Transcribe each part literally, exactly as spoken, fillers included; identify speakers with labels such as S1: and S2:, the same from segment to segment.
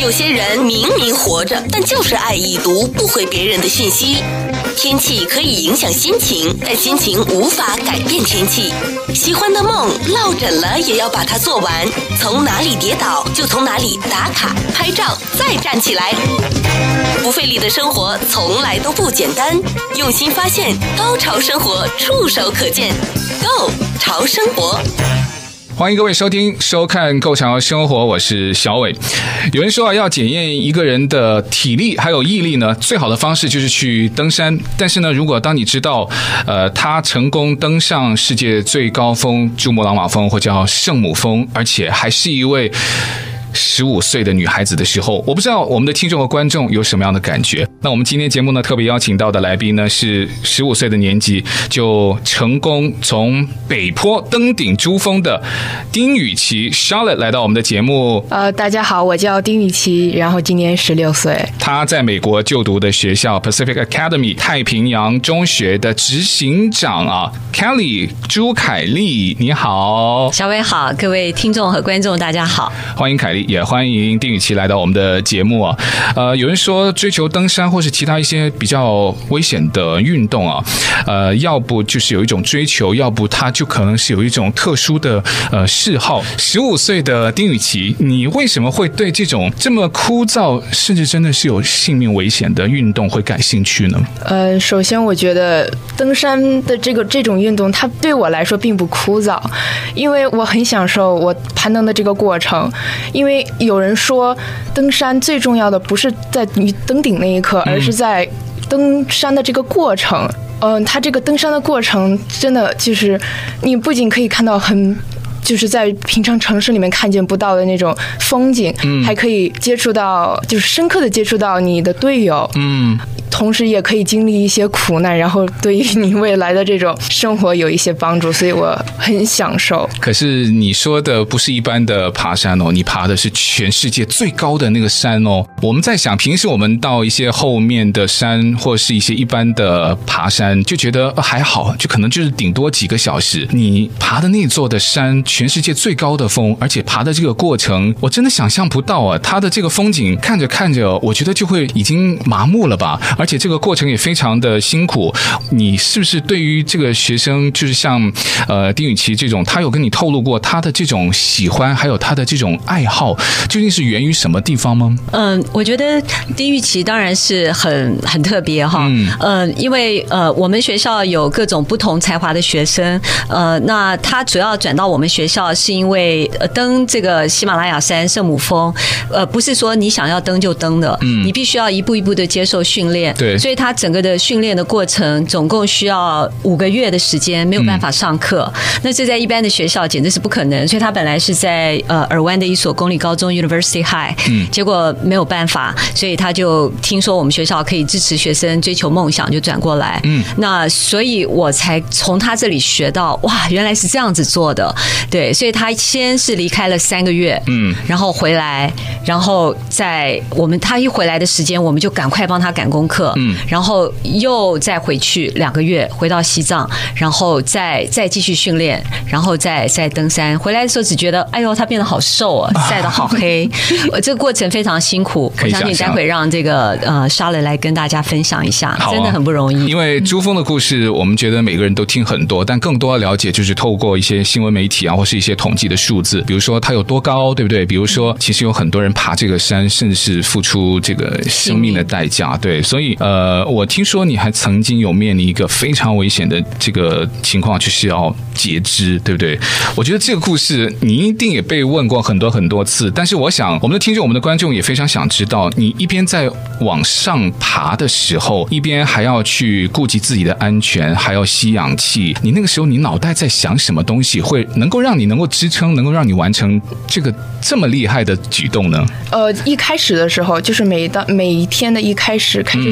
S1: 有些人明明活着，但就是爱已读不回别人的讯息。天气可以影响心情，但心情无法改变天气。喜欢的梦落枕了也要把它做完，从哪里跌倒就从哪里打卡拍照再站起来。不费力的生活从来都不简单，用心发现，高潮生活触手可见 Go 潮生活。
S2: 欢迎各位收听收看《够潮生活》，我是小伟。有人说啊，要检验一个人的体力还有毅力呢，最好的方式就是去登山。但是呢，如果当你知道，呃，他成功登上世界最高峰珠穆朗玛峰或叫圣母峰，而且还是一位十五岁的女孩子的时候，我不知道我们的听众和观众有什么样的感觉。那我们今天节目呢，特别邀请到的来宾呢，是十五岁的年纪就成功从北坡登顶珠峰的丁雨琪 Charlotte 来到我们的节目。
S3: 呃，大家好，我叫丁雨琪，然后今年十六岁。
S2: 她在美国就读的学校 Pacific Academy 太平洋中学的执行长啊 Kelly 朱凯丽，你好。
S4: 小伟好，各位听众和观众大家好，
S2: 欢迎凯丽，也欢迎丁雨琪来到我们的节目啊。呃，有人说追求登山或是其他一些比较危险的运动啊，呃，要不就是有一种追求，要不他就可能是有一种特殊的呃嗜好。十五岁的丁雨琪，你为什么会对这种这么枯燥，甚至真的是有性命危险的运动会感兴趣呢？
S3: 呃，首先我觉得登山的这个这种运动，它对我来说并不枯燥，因为我很享受我攀登的这个过程。因为有人说，登山最重要的不是在你登顶那一刻，而是在登山的这个过程。嗯、呃，它这个登山的过程真的就是，你不仅可以看到很。就是在平常城市里面看见不到的那种风景，嗯，还可以接触到，就是深刻的接触到你的队友，嗯，同时也可以经历一些苦难，然后对于你未来的这种生活有一些帮助，所以我很享受。
S2: 可是你说的不是一般的爬山哦，你爬的是全世界最高的那个山哦。我们在想，平时我们到一些后面的山或是一些一般的爬山，就觉得还好，就可能就是顶多几个小时。你爬的那座的山，全世界最高的峰，而且爬的这个过程，我真的想象不到啊！它的这个风景看着看着，我觉得就会已经麻木了吧？而且这个过程也非常的辛苦。你是不是对于这个学生，就是像呃丁雨琪这种，他有跟你透露过他的这种喜欢，还有他的这种爱好，究竟是源于什么地方吗？
S4: 嗯，我觉得丁雨琪当然是很很特别哈。嗯，呃，因为呃我们学校有各种不同才华的学生，呃，那他主要转到我们学校。学校是因为登这个喜马拉雅山圣母峰，呃，不是说你想要登就登的，嗯，你必须要一步一步的接受训练，对，所以他整个的训练的过程总共需要五个月的时间，没有办法上课，嗯，那这在一般的学校简直是不可能，所以他本来是在呃尔湾的一所公立高中 University High，嗯，结果没有办法，所以他就听说我们学校可以支持学生追求梦想，就转过来，嗯，那所以我才从他这里学到，哇，原来是这样子做的。对，所以他先是离开了三个月，嗯，然后回来，然后在我们他一回来的时间，我们就赶快帮他赶功课，嗯，然后又再回去两个月，回到西藏，然后再再继续训练，然后再再登山。回来的时候只觉得，哎呦，他变得好瘦啊，晒得好黑，这个过程非常辛苦。我相信待会让这个呃Charlotte来跟大家分享一下，啊，真的很不容易。
S2: 因为珠峰的故事，我们觉得每个人都听很多，但更多要了解就是透过一些新闻媒体啊。或是一些统计的数字，比如说它有多高，对不对？比如说，其实有很多人爬这个山，甚至是付出这个生命的代价，对。所以，呃，我听说你还曾经有面临一个非常危险的这个情况，就是要截肢，对不对？我觉得这个故事你一定也被问过很多很多次，但是我想我们的听众、我们的观众也非常想知道，你一边在往上爬的时候，一边还要去顾及自己的安全，还要吸氧气，你那个时候你脑袋在想什么东西，会能够让你能够支撑，能够让你完成这个这么厉害的举动呢？
S3: 呃，一开始的时候，就是每到每一天的一开始开始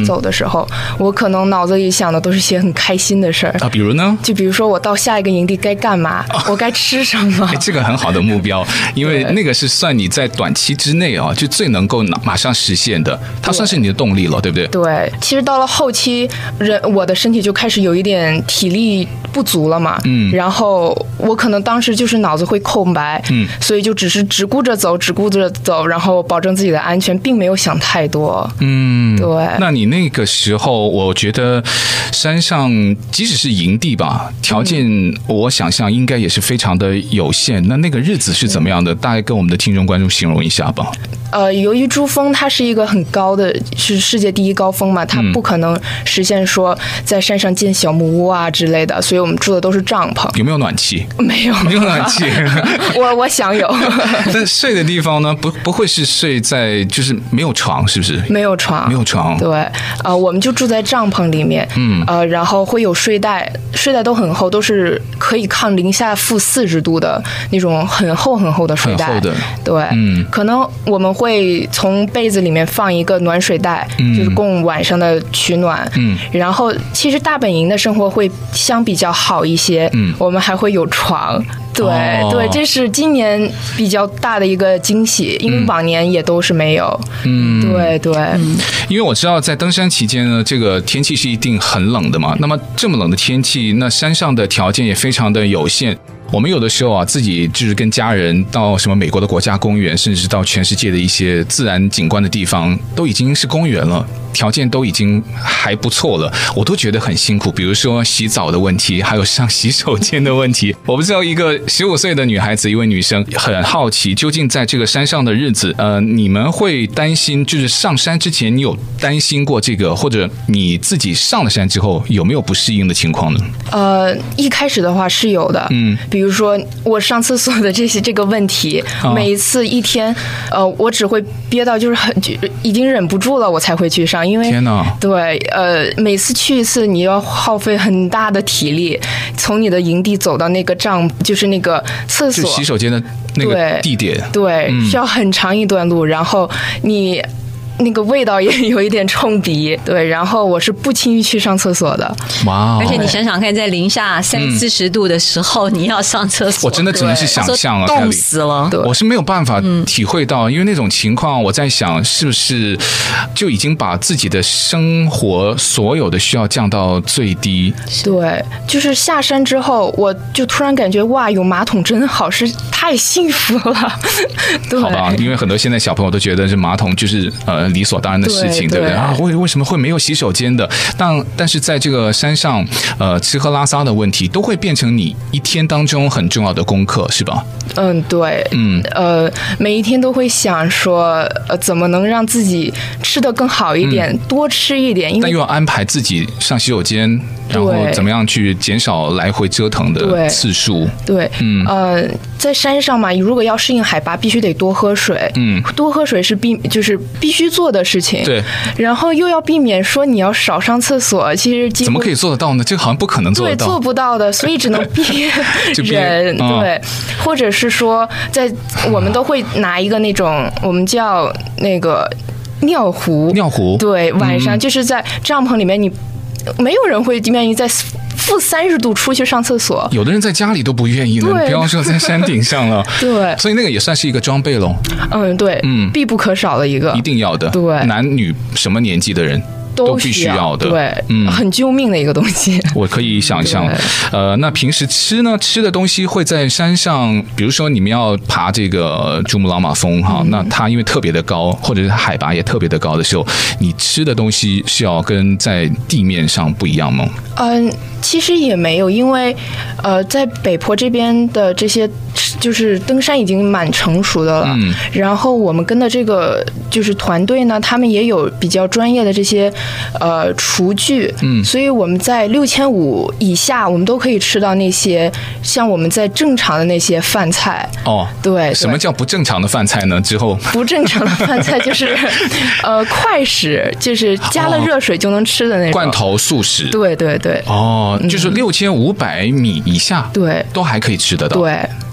S3: 走的时候，嗯、我可能脑子里想的都是些很开心的事儿
S2: 啊，比如呢？
S3: 就比如说我到下一个营地该干嘛，哦、我该吃什么？
S2: 哎，这个很好的目标，因为那个是算你在短期之内啊，就最能够马上实现的，它算是你的动力了，对不对？
S3: 对，其实到了后期，人我的身体就开始有一点体力不足了嘛，嗯，然后我可能当时就是脑子会空白，嗯，所以就只是只顾着走，只顾着走，然后保证自己的安全，并没有想太多，
S2: 嗯，
S3: 对。
S2: 那你那个时候，我觉得山上即使是营地吧，条件我想象应该也是非常的有限。那那个日子是怎么样的？大概跟我们的听众观众形容一下吧。
S3: 呃，由于珠峰它是一个很高的，是世界第一高峰嘛，它不可能实现说在山上建小木屋啊之类的，所以我们住的都是帐篷。
S2: 有没有暖气？
S3: 没有，
S2: 没有暖气。
S3: 我我想有。
S2: 但睡的地方呢，不不会是睡在就是没有床，是不是？
S3: 没有床，
S2: 没有床。
S3: 对，呃，我们就住在帐篷里面，嗯，呃，然后会有睡袋，睡袋都很厚，都是可以抗零下负四十度的那种很厚很厚的睡袋。
S2: 很厚的。
S3: 对，嗯，可能我们会从被子里面放一个暖水袋，嗯，就是供晚上的取暖。嗯，然后其实大本营的生活会相比较好一些，嗯，我们还会有床。对、哦、对，这是今年比较大的一个惊喜，因为往年也都是没有。嗯，对对、嗯。
S2: 因为我知道在登山期间呢，这个天气是一定很冷的嘛。那么这么冷的天气，那山上的条件也非常的有限。我们有的时候啊，自己就是跟家人到什么美国的国家公园，甚至到全世界的一些自然景观的地方，都已经是公园了，条件都已经还不错了，我都觉得很辛苦。比如说洗澡的问题，还有上洗手间的问题。我不知道一个十五岁的女孩子，一位女生，很好奇，究竟在这个山上的日子，呃，你们会担心，就是上山之前，你有担心过这个，或者你自己上了山之后，有没有不适应的情况呢？
S3: 呃，一开始的话是有的，嗯，比如说我上厕所的这些这个问题，哦、每一次一天，呃，我只会憋到就是很已经忍不住了，我才会去上。因为
S2: 天哪，
S3: 对，呃，每次去一次，你要耗费很大的体力，从你的营地走到那个帐，就是那个厕所、
S2: 洗手间的那个地点，
S3: 对，对嗯、需要很长一段路，然后你。那个味道也有一点冲鼻，对，然后我是不轻易去上厕所的。
S2: 哇！
S4: 而且你想想看，在零下三四十度的时候，嗯、你要上厕所，
S2: 我真的只能是想象了，
S4: 冻死了。
S2: 我是没有办法体会到，嗯、因为那种情况，我在想，是不是就已经把自己的生活所有的需要降到最低？
S3: 对，就是下山之后，我就突然感觉哇，有马桶真好，是太幸福了。对，
S2: 好吧，因为很多现在小朋友都觉得这马桶就是呃。理所当然的事情， 对, 对不对啊？为为什么会没有洗手间的？但但是在这个山上，呃，吃喝拉撒的问题都会变成你一天当中很重要的功课，是吧？
S3: 嗯，对，嗯，呃，每一天都会想说，呃，怎么能让自己吃得更好一点，嗯、多吃一点，因为
S2: 但又要安排自己上洗手间，然后怎么样去减少来回折腾的次数？
S3: 对，嗯，呃，在山上嘛，如果要适应海拔，必须得多喝水，嗯，多喝水是必就是必须做的事情，
S2: 对，
S3: 然后又要避免说你要少上厕所，其实
S2: 怎么可以做得到呢？这个好像不可能做得到，
S3: 对，做不到的，所以只能逼人，对，或者是说，在我们都会拿一个那种我们叫那个尿壶，
S2: 尿壶，
S3: 对，晚上就是在帐篷里面，你没有人会愿意在负三十度出去上厕所，
S2: 有的人在家里都不愿意呢，不要说在山顶上了。
S3: 对，
S2: 所以那个也算是一个装备咯。
S3: 嗯，对，嗯，必不可少的一个，
S2: 一定要的。
S3: 对，
S2: 男女什么年纪的人都必须要的，
S3: 对，嗯，很救命的一个东西。
S2: 我可以想象，呃，那平时吃呢，吃的东西会在山上，比如说你们要爬这个珠穆朗玛峰哈，嗯、那它因为特别的高，或者是海拔也特别的高的时候，你吃的东西是要跟在地面上不一样吗？
S3: 嗯。其实也没有，因为，呃，在北坡这边的这些就是登山已经蛮成熟的了。嗯。然后我们跟的这个就是团队呢，他们也有比较专业的这些呃厨具。嗯。所以我们在六千五以下，我们都可以吃到那些像我们在正常的那些饭菜。
S2: 哦。
S3: 对。
S2: 什么叫不正常的饭菜呢？之后。
S3: 不正常的饭菜就是呃快食，就是加了热水就能吃的那种。
S2: 罐头速食。
S3: 对对对。
S2: 哦。就是六千五百米以下，
S3: 对，
S2: 都还可以吃得到。
S3: 对，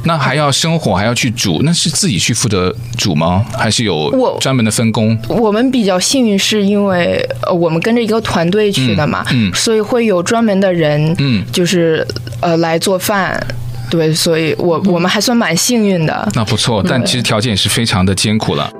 S2: 那还要生火，还要去煮，那是自己去负责煮吗？还是有专门的分工？
S3: 我们比较幸运，是因为呃我们跟着一个团队去的嘛，嗯嗯、所以会有专门的人，嗯，就是呃来做饭。对，所以我我们还算蛮幸运的。
S2: 那不错，但其实条件也是非常的艰苦了。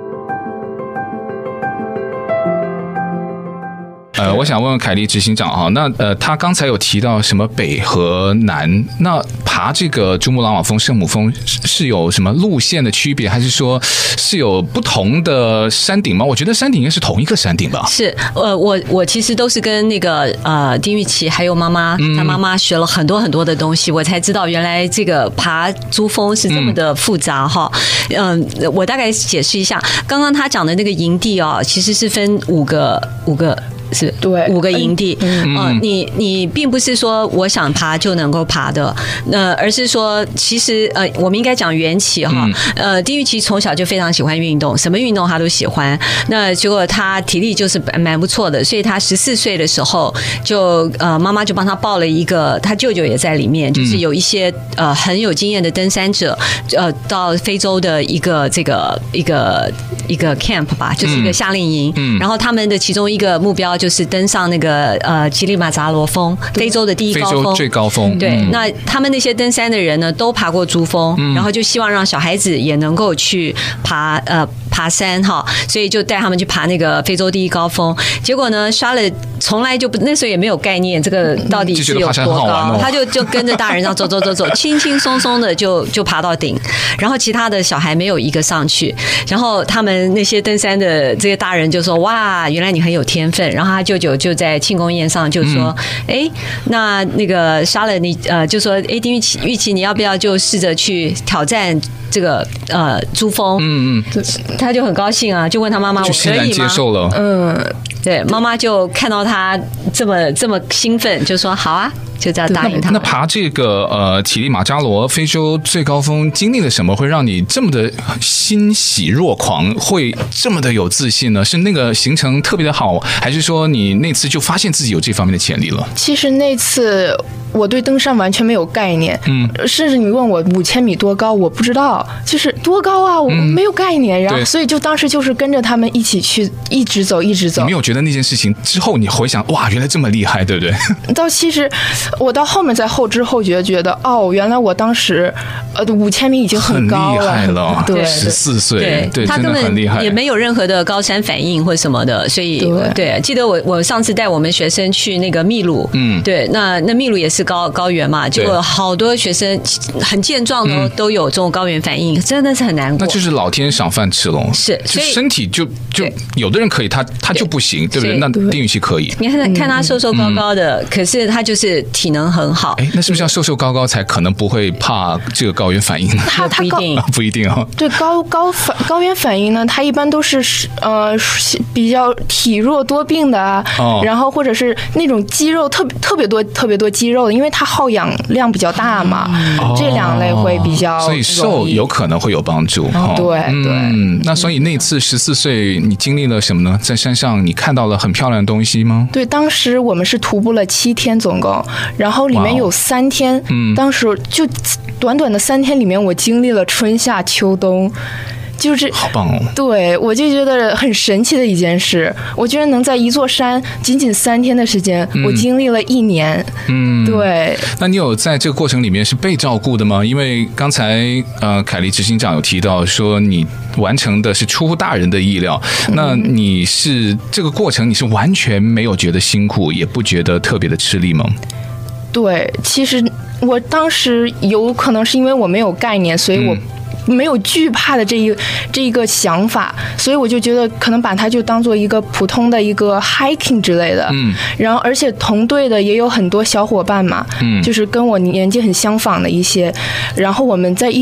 S2: 呃，我想问问凯莉执行长啊，那呃，他刚才有提到什么北和南，那爬这个珠穆朗玛峰、圣母峰是有什么路线的区别，还是说是有不同的山顶吗？我觉得山顶应该是同一个山顶吧。
S4: 是，呃，我我其实都是跟那个呃丁玉琪还有妈妈，他妈妈学了很多很多的东西，我才知道原来这个爬珠峰是这么的复杂哈。嗯、呃，我大概解释一下，刚刚他讲的那个营地哦，其实是分五个五个。是
S3: 对
S4: 五个营地，嗯、呃，你你并不是说我想爬就能够爬的，那、呃、而是说其实呃，我们应该讲缘起哈，呃，丁玉琪从小就非常喜欢运动，什么运动他都喜欢，那结果他体力就是蛮不错的，所以他十四岁的时候就呃妈妈就帮他报了一个，他舅舅也在里面，就是有一些呃很有经验的登山者，呃，到非洲的一个这个一个一个 camp 吧，就是一个夏令营，嗯，然后他们的其中一个目标就是登上那个呃乞力马扎罗峰，非洲的第一高峰，
S2: 非洲最高峰。
S4: 对，嗯、那他们那些登山的人呢，都爬过珠峰，嗯、然后就希望让小孩子也能够去爬呃爬山哈，所以就带他们去爬那个非洲第一高峰。结果呢，刷了从来就不那时候也没有概念，这个到底是有多高，
S2: 哦、
S4: 他就就跟着大人这样走走走走，轻轻松松的就就爬到顶，然后其他的小孩没有一个上去，然后他们那些登山的这些大人就说：“哇，原来你很有天分。”然后他舅舅就在庆功宴上就说：“哎、嗯，那那个莎乐你呃就说，哎，丁玉琪玉琪你要不要就试着去挑战这个呃珠峰？”嗯嗯，他就很高兴啊，就问他妈妈：“我可以吗？”
S2: 接受了，
S4: 嗯，对，妈妈就看到他这么这么兴奋，就说：“好啊。”就这样答应他。
S2: 那爬这个呃乞力马扎罗非洲最高峰，经历了什么会让你这么的欣喜若狂，会这么的有自信呢？是那个行程特别的好，还是说你那次就发现自己有这方面的潜力了？
S3: 其实那次我对登山完全没有概念，嗯，甚至你问我五千米多高，我不知道，就是多高啊，我没有概念。嗯、然后所以就当时就是跟着他们一起去，一直走，一直走。
S2: 你没有觉得那件事情之后，你回想哇，原来这么厉害，对不对？
S3: 到其实。我到后面在后知后觉觉得，哦，原来我当时呃五千米已经很高了，
S2: 很厉害了，
S3: 对，
S2: 十四岁，
S4: 对，
S2: 对，
S4: 他根本也没有任何的高山反应或什么的，所以 对, 对，记得我我上次带我们学生去那个秘鲁，嗯，对，那那秘鲁也是高高原嘛，结果好多学生很健壮的、嗯、都有这种高原反应，真的是很难过。
S2: 那就是老天赏饭吃喽，
S4: 是，
S2: 就身体就就有的人可以，他他就不行，对不对？那丁禹锡可以，
S4: 你看看他瘦瘦高高的，嗯、可是他就是体能很好。
S2: 哎，那是不是要瘦瘦高高才可能不会怕这个高原反应呢？
S3: 他他
S4: 不一定，
S2: 不一定哦。
S3: 对，高高反高原反应呢，它一般都是呃比较体弱多病的啊，哦、然后或者是那种肌肉特别特别多特别多肌肉的，因为它耗氧量比较大嘛，哦、这两类会比较，
S2: 所以瘦有可能会有帮助。
S3: 哦、对对，
S2: 嗯，那所以那次十四岁你经历了什么呢？在山上你看到了很漂亮的东西吗？
S3: 对，当时我们是徒步了七天总共，然后里面有三天，嗯，当时就短短的三天里面，我经历了春夏秋冬。就是
S2: 好棒哦！
S3: 对，我就觉得很神奇的一件事。我居然能在一座山仅仅三天的时间，嗯、我经历了一年。嗯，对。
S2: 那你有在这个过程里面是被照顾的吗？因为刚才呃凯莉执行长有提到说你完成的是出乎大人的意料。嗯、那你是这个过程你是完全没有觉得辛苦，也不觉得特别的吃力吗？
S3: 对，其实我当时有可能是因为我没有概念，所以我。嗯没有惧怕的这一这一个想法，所以我就觉得可能把它就当做一个普通的一个 hiking 之类的。嗯，然后而且同队的也有很多小伙伴嘛，嗯，就是跟我年纪很相仿的一些，然后我们在一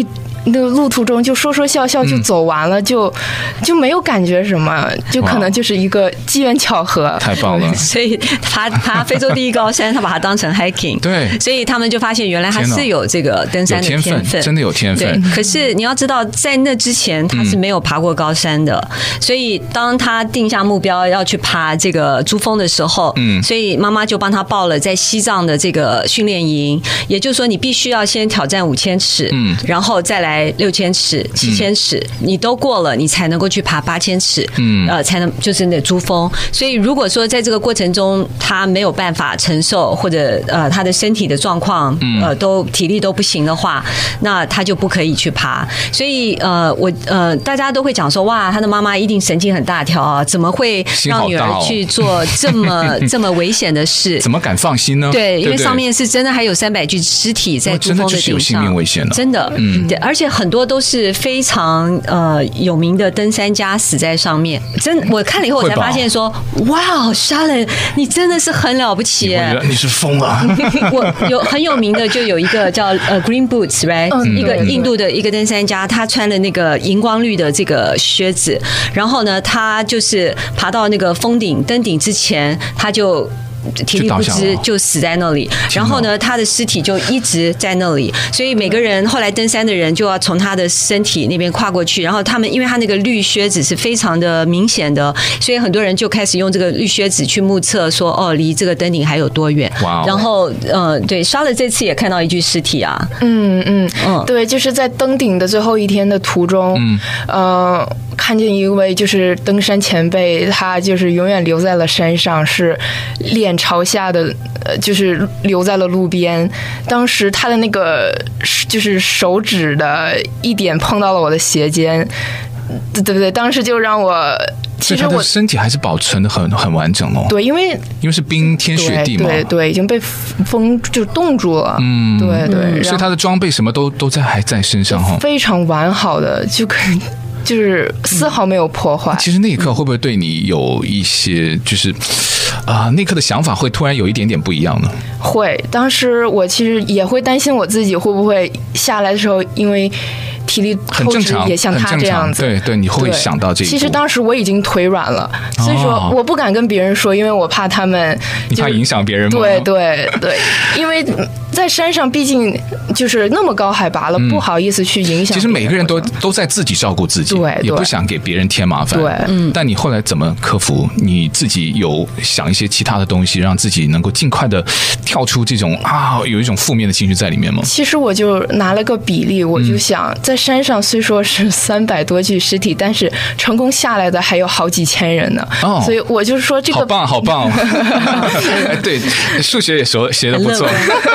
S3: 那个路途中就说说笑笑就走完了，嗯、就就没有感觉什么，就可能就是一个机缘巧合。
S2: 太棒了！
S4: 所以爬爬非洲第一高山，他把它当成 hiking，
S2: 对，
S4: 所以他们就发现原来他是有这个登山的天分，
S2: 天分真的有天分。
S4: 对，可是你要知道，在那之前他是没有爬过高山的，嗯、所以当他定下目标要去爬这个珠峰的时候，嗯，所以妈妈就帮他报了在西藏的这个训练营，也就是说，你必须要先挑战五千尺，嗯，然后再来六千尺、七千尺，嗯、你都过了，你才能够去爬八千尺，嗯，呃，才能就是那珠峰。所以如果说在这个过程中他没有办法承受，或者呃他的身体的状况，呃，都体力都不行的话，那他就不可以去爬。所以呃，我呃，大家都会讲说，哇，他的妈妈一定神经很大条啊，怎么会让女儿去做这么这么危险的事？
S2: 怎么敢放心呢？
S4: 对，因为上面是真的还有三百具尸体在珠峰的顶上，真的就是有
S2: 性命危险了，
S4: 真的，嗯，对，而且很多都是非常呃有名的登山家死在上面。真，我看了以后我才发现说，哇 ，Sharon， 你真的是很了不起耶！
S2: 你是疯了。
S4: 我有很有名的，就有一个叫呃 Green Boots，right，、嗯、一个印度的一个登山家，他穿了那个荧光绿的这个靴子，然后呢，他就是爬到那个峰顶登顶之前，他就体力不支就死在那里，然后呢，他的尸体就一直在那里，所以每个人后来登山的人就要从他的身体那边跨过去，然后他们因为他那个绿靴子是非常的明显的，所以很多人就开始用这个绿靴子去目测说，哦，离这个登顶还有多远。Wow. 然后呃，对，烧了这次也看到一具尸体啊，
S3: 嗯嗯嗯，对，就是在登顶的最后一天的途中，嗯，呃。看见一位就是登山前辈，他就是永远留在了山上，是脸朝下的，呃，就是留在了路边。当时他的那个就是手指的一点碰到了我的鞋尖，对不对？当时就让我。
S2: 其实他的身体还是保存的很很完整哦。
S3: 对，因为
S2: 因为是冰天雪地嘛，
S3: 对 对, 对，已经被风就冻住了。嗯，对对，
S2: 所以他的装备什么都都在还在身上哈，
S3: 非常完好的，就可以。就是丝毫没有破坏。
S2: 其实那一刻会不会对你有一些就是啊、呃，那一刻的想法会突然有一点点不一样呢？
S3: 会，当时我其实也会担心我自己会不会下来的时候，因为体力透支也像他这样子。
S2: 对对，你会想到这一步。
S3: 其实当时我已经腿软了，所以说我不敢跟别人说，因为我怕他们，
S2: 你怕影响别人吗？
S3: 对对对，因为在山上毕竟就是那么高海拔了，嗯、不好意思去影响。
S2: 其实每个人都都在自己照顾自己。
S3: 对，
S2: 也不想给别人添麻烦。
S3: 对，
S2: 嗯。但你后来怎么克服？你自己有想一些其他的东西，让自己能够尽快的跳出这种啊，有一种负面的情绪在里面吗？
S3: 其实我就拿了个比例，我就想，嗯、在山上虽说是三百多具尸体，但是成功下来的还有好几千人呢。哦，所以我就说这个
S2: 好棒，好棒。哎，对，数学也学学得不错。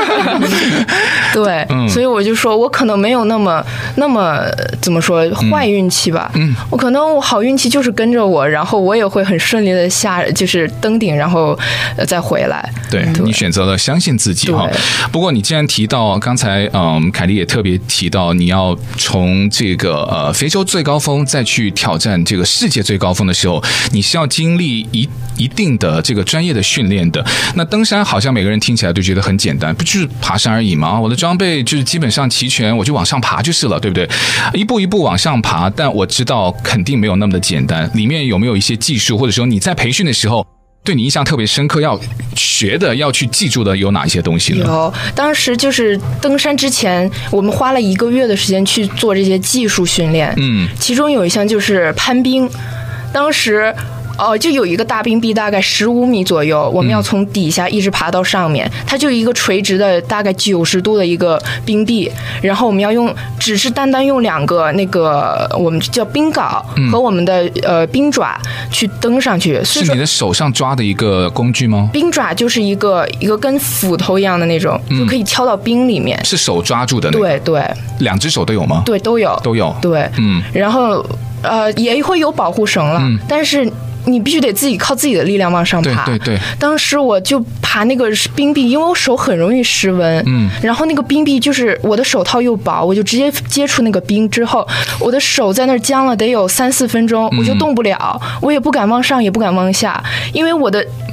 S3: 对，嗯，所以我就说我可能没有那么那么怎么说坏运气。吧，嗯，我可能我好运气就是跟着我，然后我也会很顺利的下，就是登顶，然后再回来。
S2: 对，对你选择了相信自己哈。不过你既然提到刚才，嗯，凯莉也特别提到你要从这个呃非洲最高峰再去挑战这个世界最高峰的时候，你是要经历一一定的这个专业的训练的。那登山好像每个人听起来都觉得很简单，不就是爬山而已吗？我的装备就是基本上齐全，我就往上爬就是了，对不对？一步一步往上爬，但我知道肯定没有那么的简单，里面有没有一些技术，或者说你在培训的时候对你印象特别深刻，要学的要去记住的有哪些东西呢？
S3: 有，当时就是登山之前我们花了一个月的时间去做这些技术训练，嗯，其中有一项就是攀冰。当时哦，就有一个大冰壁，大概十五米左右，我们要从底下一直爬到上面。嗯、它就一个垂直的，大概九十度的一个冰壁，然后我们要用，只是单单用两个那个我们叫冰镐和我们的、嗯、呃冰爪去登上去。
S2: 是你的手上抓的一个工具吗？
S3: 冰爪就是一个一个跟斧头一样的那种，嗯、就可以敲到冰里面。
S2: 是手抓住的那个？
S3: 对对。
S2: 两只手都有吗？
S3: 对，都有，
S2: 都有。
S3: 对，嗯。然后呃也会有保护绳了，嗯、但是。你必须得自己靠自己的力量往上爬。
S2: 对对对。
S3: 当时我就爬那个冰壁，因为我手很容易失温，嗯，然后那个冰壁就是我的手套又薄，我就直接接触那个冰之后，我的手在那儿僵了得有三四分钟，我就动不了，嗯、我也不敢往上，也不敢往下，因为我的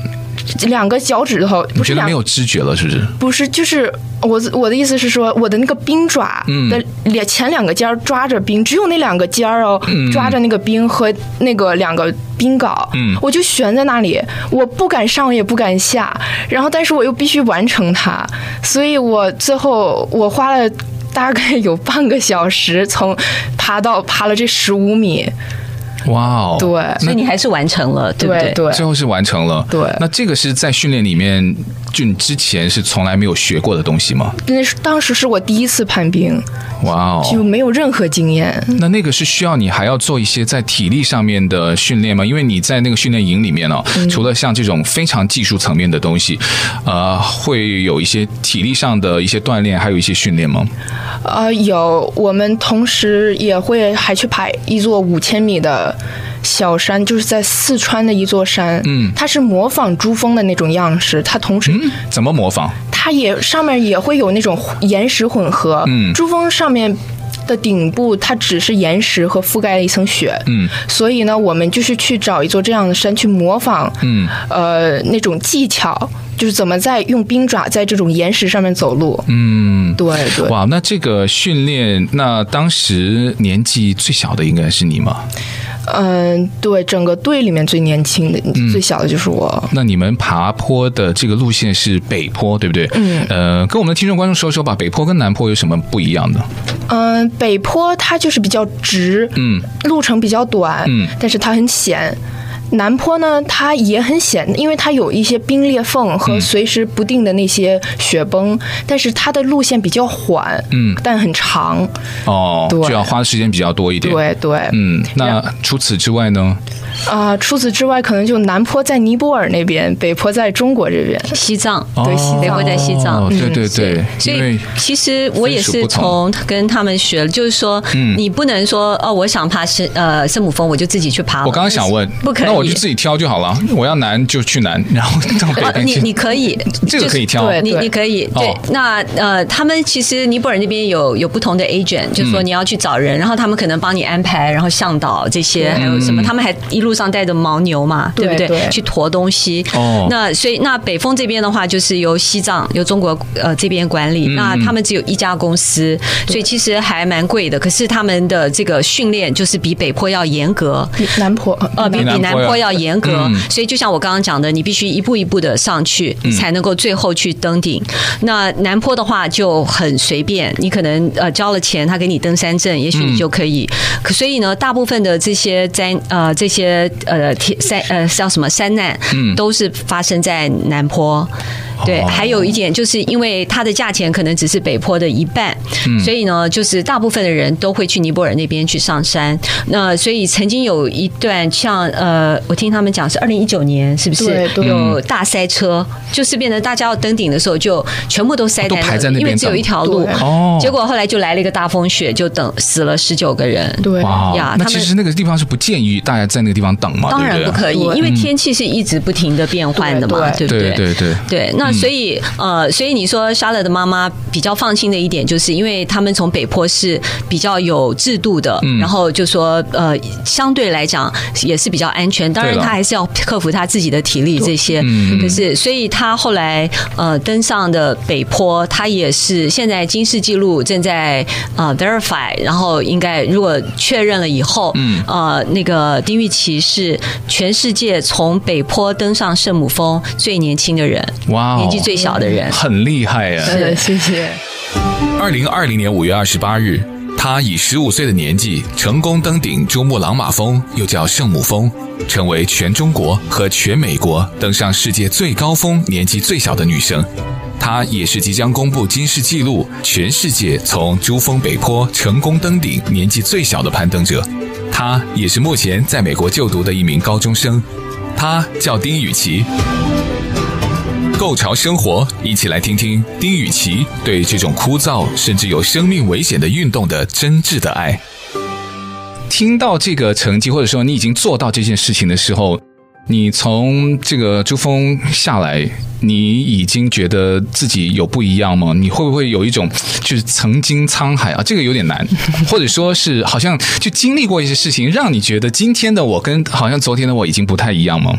S3: 两个脚趾头，
S2: 你觉得没有知觉了是不是？
S3: 不是，就是我我的意思是说，我的那个冰爪的两前两个尖抓着冰，只有那两个尖哦，抓着那个冰和那个两个冰镐，嗯，我就悬在那里，我不敢上也不敢下，然后但是我又必须完成它，所以我最后我花了大概有半个小时从爬到爬了这十五米。
S2: 哇哦！
S3: 对，
S4: 所以你还是完成了，对不对？
S3: 对，
S2: 最后是完成了。
S3: 对，
S2: 那这个是在训练里面，就你之前是从来没有学过的东西吗？
S3: 那是当时是我第一次攀冰。
S2: 哇哦！
S3: 就没有任何经验。
S2: 那那个是需要你还要做一些在体力上面的训练吗？因为你在那个训练营里面哦，嗯、除了像这种非常技术层面的东西，呃，会有一些体力上的一些锻炼，还有一些训练吗？
S3: 呃，有，我们同时也会还去爬一座五千米的小山，就是在四川的一座山，嗯，它是模仿珠峰的那种样式，它同时、
S2: 嗯、怎么模仿？
S3: 它也上面也会有那种岩石混合，嗯，珠峰上面的顶部它只是岩石和覆盖了一层雪，嗯，所以呢，我们就是去找一座这样的山去模仿，嗯，呃，那种技巧。就是怎么在用冰爪在这种岩石上面走路，嗯，对对。
S2: 哇，那这个训练，那当时年纪最小的应该是你吗？
S3: 嗯，对，整个队里面最年轻的、嗯、最小的就是我。
S2: 那你们爬坡的这个路线是北坡，对不对？嗯。呃，跟我们的听众观众说说吧，北坡跟南坡有什么不一样的？
S3: 嗯，北坡它就是比较直，嗯，路程比较短，嗯，但是它很险。南坡呢，它也很险，因为它有一些冰裂缝和随时不定的那些雪崩，嗯、但是它的路线比较缓，嗯，但很长，
S2: 哦，就要花的时间比较多一点，
S3: 对对，
S2: 嗯，那除此之外呢？
S3: 啊、呃，除此之外，可能就南坡在尼泊尔那边，北坡在中国这边，
S4: 西藏，
S3: 对，西藏，
S4: 北坡在西藏，
S2: 哦、对对对。
S4: 所以其实我也是从跟他们学，就是说，嗯、你不能说哦，我想爬圣呃圣母峰，我就自己去爬了。
S2: 我刚刚想问，
S4: 不可以，
S2: 那我就自己挑就好了。我要南就去南，然后到北边去。
S4: 你你可以，
S2: 这个可以挑，
S3: 就是、
S4: 你你可以对。哦、那呃，他们其实尼泊尔那边有有不同的 agent， 就是说你要去找人，嗯、然后他们可能帮你安排，然后向导这些，还有什么，他们还一路上带着牦牛嘛，对不对？
S3: 对对，
S4: 去驮东西。哦，那所以那北峰这边的话，就是由西藏由中国呃这边管理。嗯、那他们只有一家公司，所以其实还蛮贵的。可是他们的这个训练就是比北坡要严格，
S3: 比南坡
S4: 呃比比南坡要严格。嗯、所以就像我刚刚讲的，你必须一步一步的上去，嗯、才能够最后去登顶。那南坡的话就很随便，你可能呃交了钱，他给你登山证，也许你就可以。嗯、可所以呢，大部分的这些灾呃这些呃。山呃叫什么山难，嗯，都是发生在南坡。对，还有一点就是因为它的价钱可能只是北坡的一半，嗯、所以呢，就是大部分的人都会去尼泊尔那边去上山。那所以曾经有一段像呃，我听他们讲是二零一九年，是不是
S3: 对对
S4: 有大塞车，就是变成大家要登顶的时候就全部都塞在那，
S2: 排在那边，
S4: 因为只有一条路。哦，结果后来就来了一个大风雪，就等死了十九个人。
S3: 对
S2: 呀，那其实那个地方是不建议大家在那个地方等嘛？
S4: 当然不可以，因为天气是一直不停的变换的嘛，对不对？
S2: 对对对
S4: 对，那。所以呃，所以你说莎乐的妈妈比较放心的一点，就是因为他们从北坡是比较有制度的，嗯、然后就说呃，相对来讲也是比较安全。当然，他还是要克服他自己的体力这些。嗯、可是，所以他后来呃登上的北坡，他也是现在金氏纪录正在呃 verify， 然后应该如果确认了以后，嗯、呃，那个丁玉琪是全世界从北坡登上圣母峰最年轻的人。
S2: 哇、哦，
S4: 年纪最小的人，
S2: 很厉害呀！
S3: 是，谢谢。
S5: 二零二零年五月二十八日，他以十五岁的年纪成功登顶珠穆朗玛峰，又叫圣母峰，成为全中国和全美国登上世界最高峰年纪最小的女生。她也是即将公布金氏纪录，全世界从珠峰北坡成功登顶年纪最小的攀登者。她也是目前在美国就读的一名高中生，她叫丁雨琪。购潮生活，一起来听听丁雨琪对这种枯燥甚至有生命危险的运动的真挚的爱。
S2: 听到这个成绩，或者说你已经做到这件事情的时候，你从这个珠峰下来，你已经觉得自己有不一样吗？你会不会有一种就是曾经沧海啊，这个有点难，或者说是好像就经历过一些事情，让你觉得今天的我跟好像昨天的我已经不太一样吗？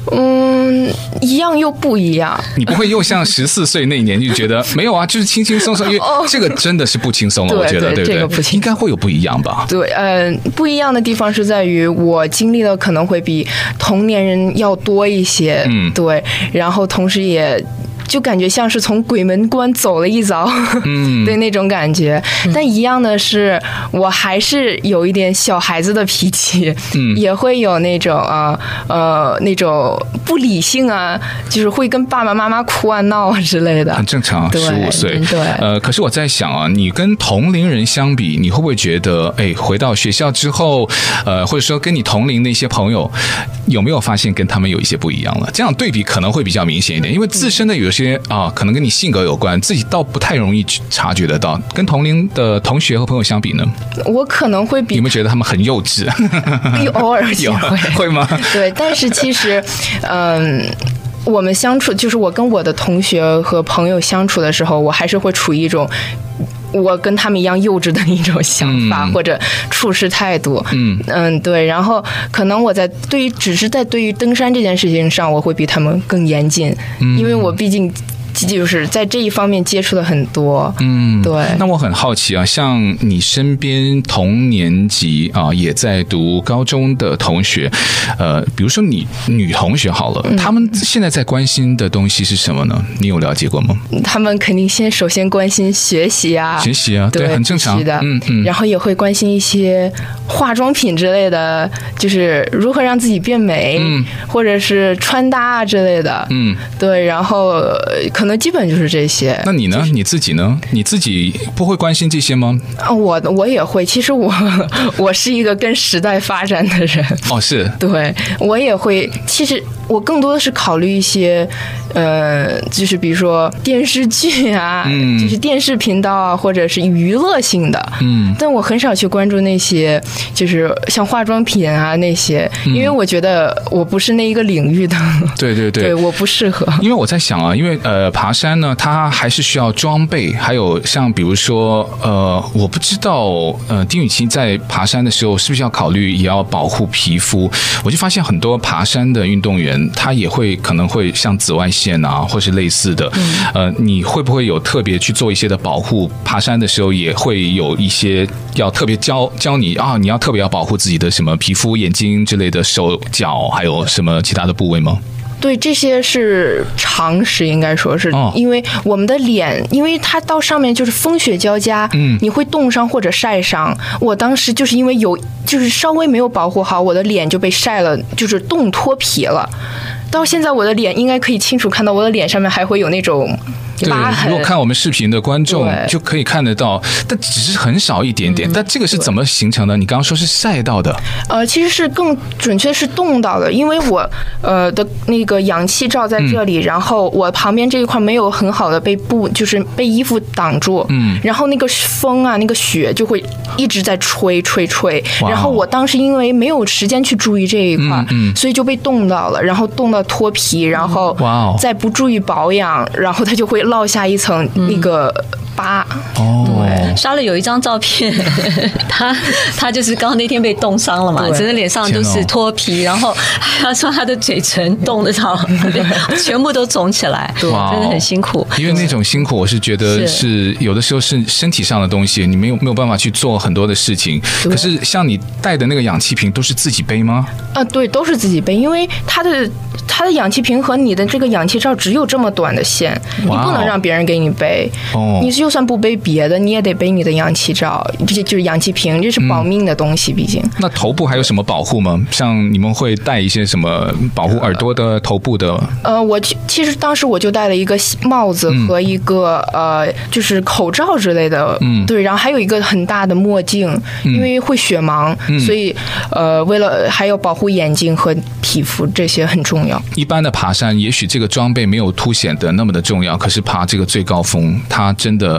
S3: 嗯，一样又不一样。
S2: 你不会又像十四岁那年就觉得没有啊，就是轻轻松松，因为这个真的是不轻松了，我觉得，对不对？
S3: 这个不轻松，
S2: 应该会有不一样吧？
S3: 对，嗯、呃，不一样的地方是在于我经历的可能会比同年人要多一些，嗯，对，然后同时也。就感觉像是从鬼门关走了一遭，嗯，对那种感觉。但一样的是，我还是有一点小孩子的脾气，嗯，也会有那种啊呃那种不理性啊，就是会跟爸爸妈妈哭啊闹啊之类的，
S2: 很正常。十五岁，
S3: 对，
S2: 呃，可是我在想啊，你跟同龄人相比，你会不会觉得，哎，回到学校之后，呃，或者说跟你同龄的一些朋友，有没有发现跟他们有一些不一样了？这样对比可能会比较明显一点，因为自身的有些啊，可能跟你性格有关，自己倒不太容易察觉得到。跟同龄的同学和朋友相比呢，
S3: 我可能会比
S2: 有没有觉得他们很幼稚？
S3: 偶尔也会
S2: 会吗？
S3: 对，但是其实，嗯。我们相处，就是我跟我的同学和朋友相处的时候，我还是会处于一种我跟他们一样幼稚的一种想法、嗯、或者处事态度。嗯嗯，对。然后可能我在对于只是在对于登山这件事情上，我会比他们更严谨，嗯、因为我毕竟。就是在这一方面接触的很多，嗯，对。
S2: 那我很好奇啊，像你身边同年级啊，也在读高中的同学，呃，比如说你女同学好了，嗯、他们现在在关心的东西是什么呢？你有了解过吗？
S3: 他们肯定先首先关心学习啊，
S2: 学习啊，对，
S3: 对
S2: 很正常
S3: 的，
S2: 嗯嗯。
S3: 然后也会关心一些化妆品之类的，就是如何让自己变美，嗯，或者是穿搭啊之类的，嗯，对。然后可能基本就是这些。
S2: 那你呢？就是、你自己呢？你自己不会关心这些吗？
S3: 啊，我我也会。其实我我是一个跟时代发展的人。
S2: 哦，是。
S3: 对，我也会。其实我更多的是考虑一些，呃，就是比如说电视剧啊，嗯、就是电视频道啊，或者是娱乐性的。嗯。但我很少去关注那些，就是像化妆品啊那些，因为我觉得我不是那一个领域的。
S2: 对对对。
S3: 对，我不适合。
S2: 因为我在想啊，因为呃，爬山呢，它还是需要装备，还有像比如说，呃，我不知道，呃，丁雨琪在爬山的时候是不是要考虑也要保护皮肤？我就发现很多爬山的运动员，他也会可能会像紫外线啊，或是类似的，嗯、呃，你会不会有特别去做一些的保护？爬山的时候也会有一些要特别教教你啊，你要特别要保护自己的什么皮肤、眼睛之类的，手脚还有什么其他的部位吗？
S3: 对，这些是常识，应该说是，哦、因为我们的脸，因为它到上面就是风雪交加，嗯，你会冻伤或者晒伤。我当时就是因为有，就是稍微没有保护好，我的脸就被晒了，就是冻脱皮了。到现在我的脸应该可以清楚看到，我的脸上面还会有那种疤痕。
S2: 如果看我们视频的观众就可以看得到，但只是很少一点点。嗯、但这个是怎么形成的？你刚刚说是晒到的？
S3: 呃，其实是更准确是冻到的，因为我呃的那个氧气罩在这里，嗯、然后我旁边这一块没有很好的被布，就是被衣服挡住，嗯，然后那个风啊，那个雪就会一直在吹吹吹，然后我当时因为没有时间去注意这一块，嗯嗯、所以就被冻到了，然后冻到脱皮，然后再不注意保养，然后它就会落下一层那个疤。
S2: 哦，
S4: 对，莎乐有一张照片，他他就是刚刚那天被冻伤了嘛，整个脸上都是脱皮，然后他说他的嘴唇冻得到，全部都肿起来，真的很辛苦。
S2: 因为那种辛苦，我是觉得是有的时候是身体上的东西，你没有没有办法去做很多的事情。可是像你带的那个氧气瓶都是自己背吗？
S3: 啊，对，都是自己背，因为它的它的氧气瓶和你的这个氧气罩只有这么短的线，你不能让别人给你背。哦，你就算不背别的，你也得背你的氧气罩，这就是氧气瓶，这是保命的东西，毕竟。
S2: 那头部还有什么保护吗？像你们会戴一些什么保护耳朵的、头部的？
S3: 呃，我其实当时我就戴了一个帽子和一个、嗯、呃，就是口罩之类的。嗯，对，然后还有一个很大的墨镜，嗯、因为会雪盲，嗯、所以呃，为了还要保护眼睛和皮肤，这些很重要。
S2: 一般的爬山，也许这个装备没有凸显的那么的重要，可是爬这个最高峰，它真的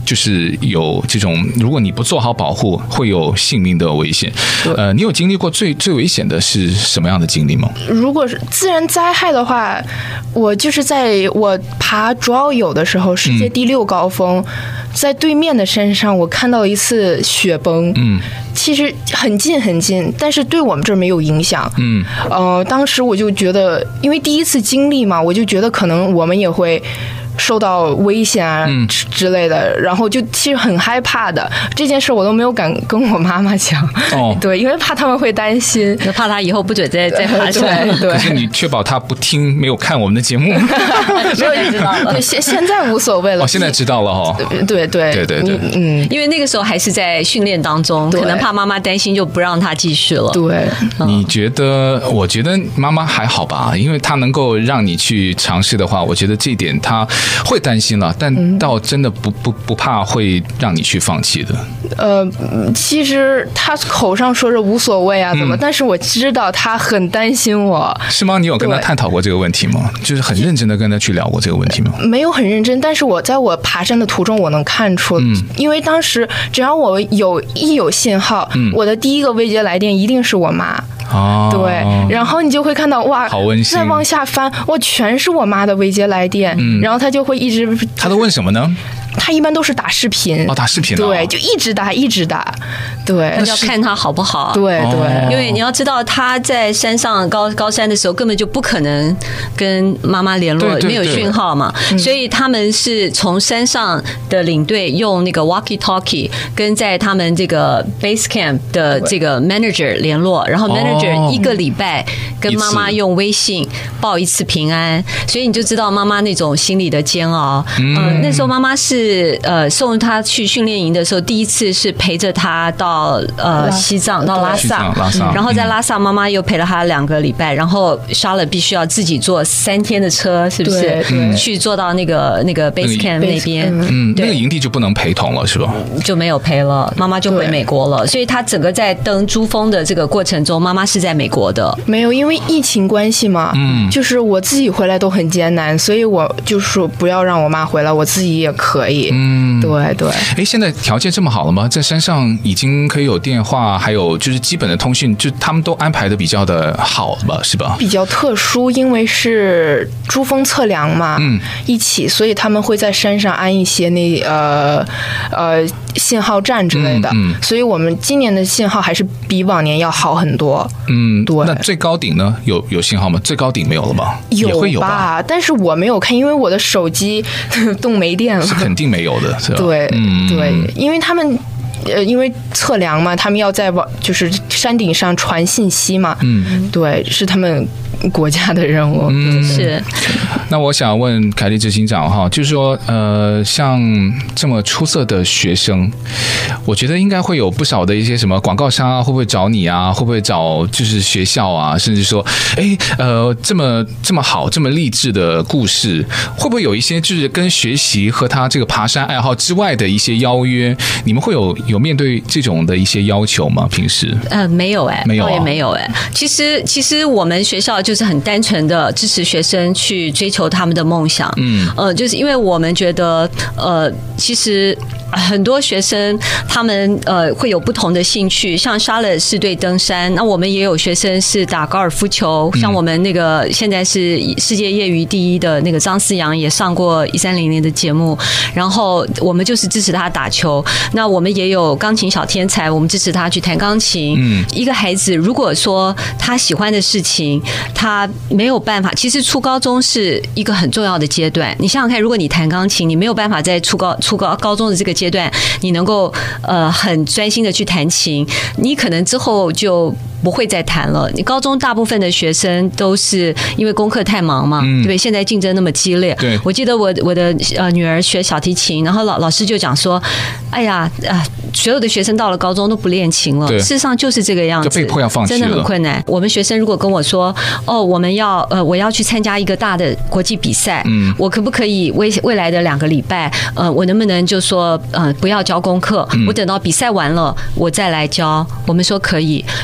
S2: 就是有这种，如果你不做好保护，会有性命的危险。呃，你有经历过最最危险的是什么样的经历吗？
S3: 如果是自然灾害的话，我就是在我爬主要有的时候，世界第六高峰，嗯、在对面的山上，我看到一次雪崩。嗯。其实很近很近，但是对我们这儿没有影响。嗯，呃，当时我就觉得，因为第一次经历嘛，我就觉得可能我们也会受到危险啊之类的，嗯、然后就其实很害怕的。这件事我都没有敢跟我妈妈讲，哦，对，因为怕他们会担心，
S4: 就怕他以后不准再再爬山。
S3: 对对。
S2: 可是你确保他不听，没有看我们的节目，
S3: 没有也知道了。对，现现在无所谓了。
S2: 哦，现在知道了哦。
S3: 对对
S2: 对对对，
S4: 嗯，因为那个时候还是在训练当中，可能怕妈妈担心，就不让他继续了。
S3: 对，
S2: 嗯、你觉得？我觉得妈妈还好吧，因为她能够让你去尝试的话，我觉得这一点她会担心了，但倒真的不不不怕会让你去放弃的。
S3: 呃，其实他口上说着无所谓啊，怎么？嗯、但是我知道他很担心我。
S2: 是吗？你有跟他探讨过这个问题吗？就是很认真的跟他去聊过这个问题吗？
S3: 没有很认真，但是我在我爬山的途中，我能看出，嗯、因为当时只要我有一有信号，嗯、我的第一个未接来电一定是我妈。哦，对，然后你就会看到哇，
S2: 好温馨。
S3: 再往下翻，哇，全是我妈的未接来电，嗯、然后他就会一直，
S2: 他都问什么呢？
S3: 他一般都是打视频
S2: 哦，打视频、哦、
S3: 对，就一直打一直打，对，
S4: 那要看他好不好，
S3: 对对、哦，
S4: 因为你要知道他在山上高高山的时候根本就不可能跟妈妈联络，
S2: 对对对，
S4: 没有讯号嘛，嗯、所以他们是从山上的领队用那个 walkie talkie 跟在他们这个 base camp 的这个 manager 联络，然后 manager 一个礼拜跟妈妈用微信报一次平安，所以你就知道妈妈那种心理的煎熬。嗯、呃，那时候妈妈是。是呃送他去训练营的时候，第一次是陪着他到呃西藏到拉萨，然后在拉萨妈妈又陪了他两个礼拜，然后Charlotte必须要自己坐三天的车，是不是？去坐到那个那个 base camp 那边，
S2: 嗯，那个营地就不能陪同了，是吧？
S4: 就没有陪了，妈妈就回美国了。所以他整个在登珠峰的这个过程中，妈妈是在美国的。
S3: 没有，因为疫情关系嘛，嗯，就是我自己回来都很艰难，所以我就说不要让我妈回来，我自己也可以。嗯，对对。
S2: 哎，现在条件这么好了吗？在山上已经可以有电话，还有就是基本的通讯，就他们都安排的比较的好吧，是吧？
S3: 比较特殊，因为是珠峰测量嘛，嗯，一起，所以他们会在山上安一些那呃呃信号站之类的，嗯，嗯所以我们今年的信号还是比往年要好很多。嗯，对。
S2: 那最高顶呢？有有信号吗？最高顶没有了吧？
S3: 有吧，
S2: 也会有吧，
S3: 但是我没有看，因为我的手机动没电了。
S2: 是肯定没有的，是吧？
S3: 对，嗯，对，因为他们。呃，因为测量嘛，他们要在网就是山顶上传信息嘛，嗯，对，是他们国家的任务，
S4: 嗯，是。
S2: 那我想问凯莉执行长哈，就是说，呃，像这么出色的学生，我觉得应该会有不少的一些什么广告商啊，会不会找你啊？会不会找就是学校啊？甚至说，哎，呃，这么这么好、这么励志的故事，会不会有一些就是跟学习和他这个爬山爱好之外的一些邀约？你们会有？有面对这种的一些要求吗？平时
S4: 呃没有哎、欸，
S2: 没有、啊、
S4: 也没有哎、欸。其实其实我们学校就是很单纯的支持学生去追求他们的梦想。嗯，呃，就是因为我们觉得呃，其实。很多学生他们呃会有不同的兴趣，像Charlotte是对登山，那我们也有学生是打高尔夫球，像我们那个现在是世界业余第一的那个张思阳也上过一三零零的节目，然后我们就是支持他打球。那我们也有钢琴小天才，我们支持他去弹钢琴。嗯，一个孩子如果说他喜欢的事情，他没有办法，其实初高中是一个很重要的阶段。你想想看，如果你弹钢琴，你没有办法在初高初高高中的这个阶段，你能够呃很专心的去弹琴，你可能之后就不会再弹了。你高中大部分的学生都是因为功课太忙嘛，嗯、对不对？现在竞争那么激烈，
S2: 对，
S4: 我记得我我的呃女儿学小提琴，然后老老师就讲说，哎呀啊，所有的学生到了高中都不练琴了，事实上就是这个样子，
S2: 就被迫要放弃了，
S4: 真的很困难。我们学生如果跟我说，哦，我们要呃我要去参加一个大的国际比赛，嗯，我可不可以未未来的两个礼拜，呃，我能不能就说呃不要交功课，嗯、我等到比赛完了我再来教？我们说可以，我们的老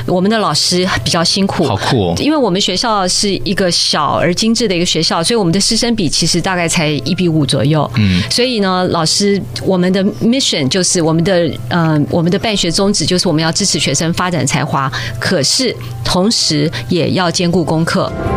S4: 老师比较辛苦，
S2: 好酷哦！
S4: 因为我们学校是一个小而精致的一个学校，所以我们的师生比其实大概才一比五左右。嗯，所以呢，老师我们的 mission 就是我们的呃我们的办学宗旨就是我们要支持学生发展才华，可是同时也要兼顾功课。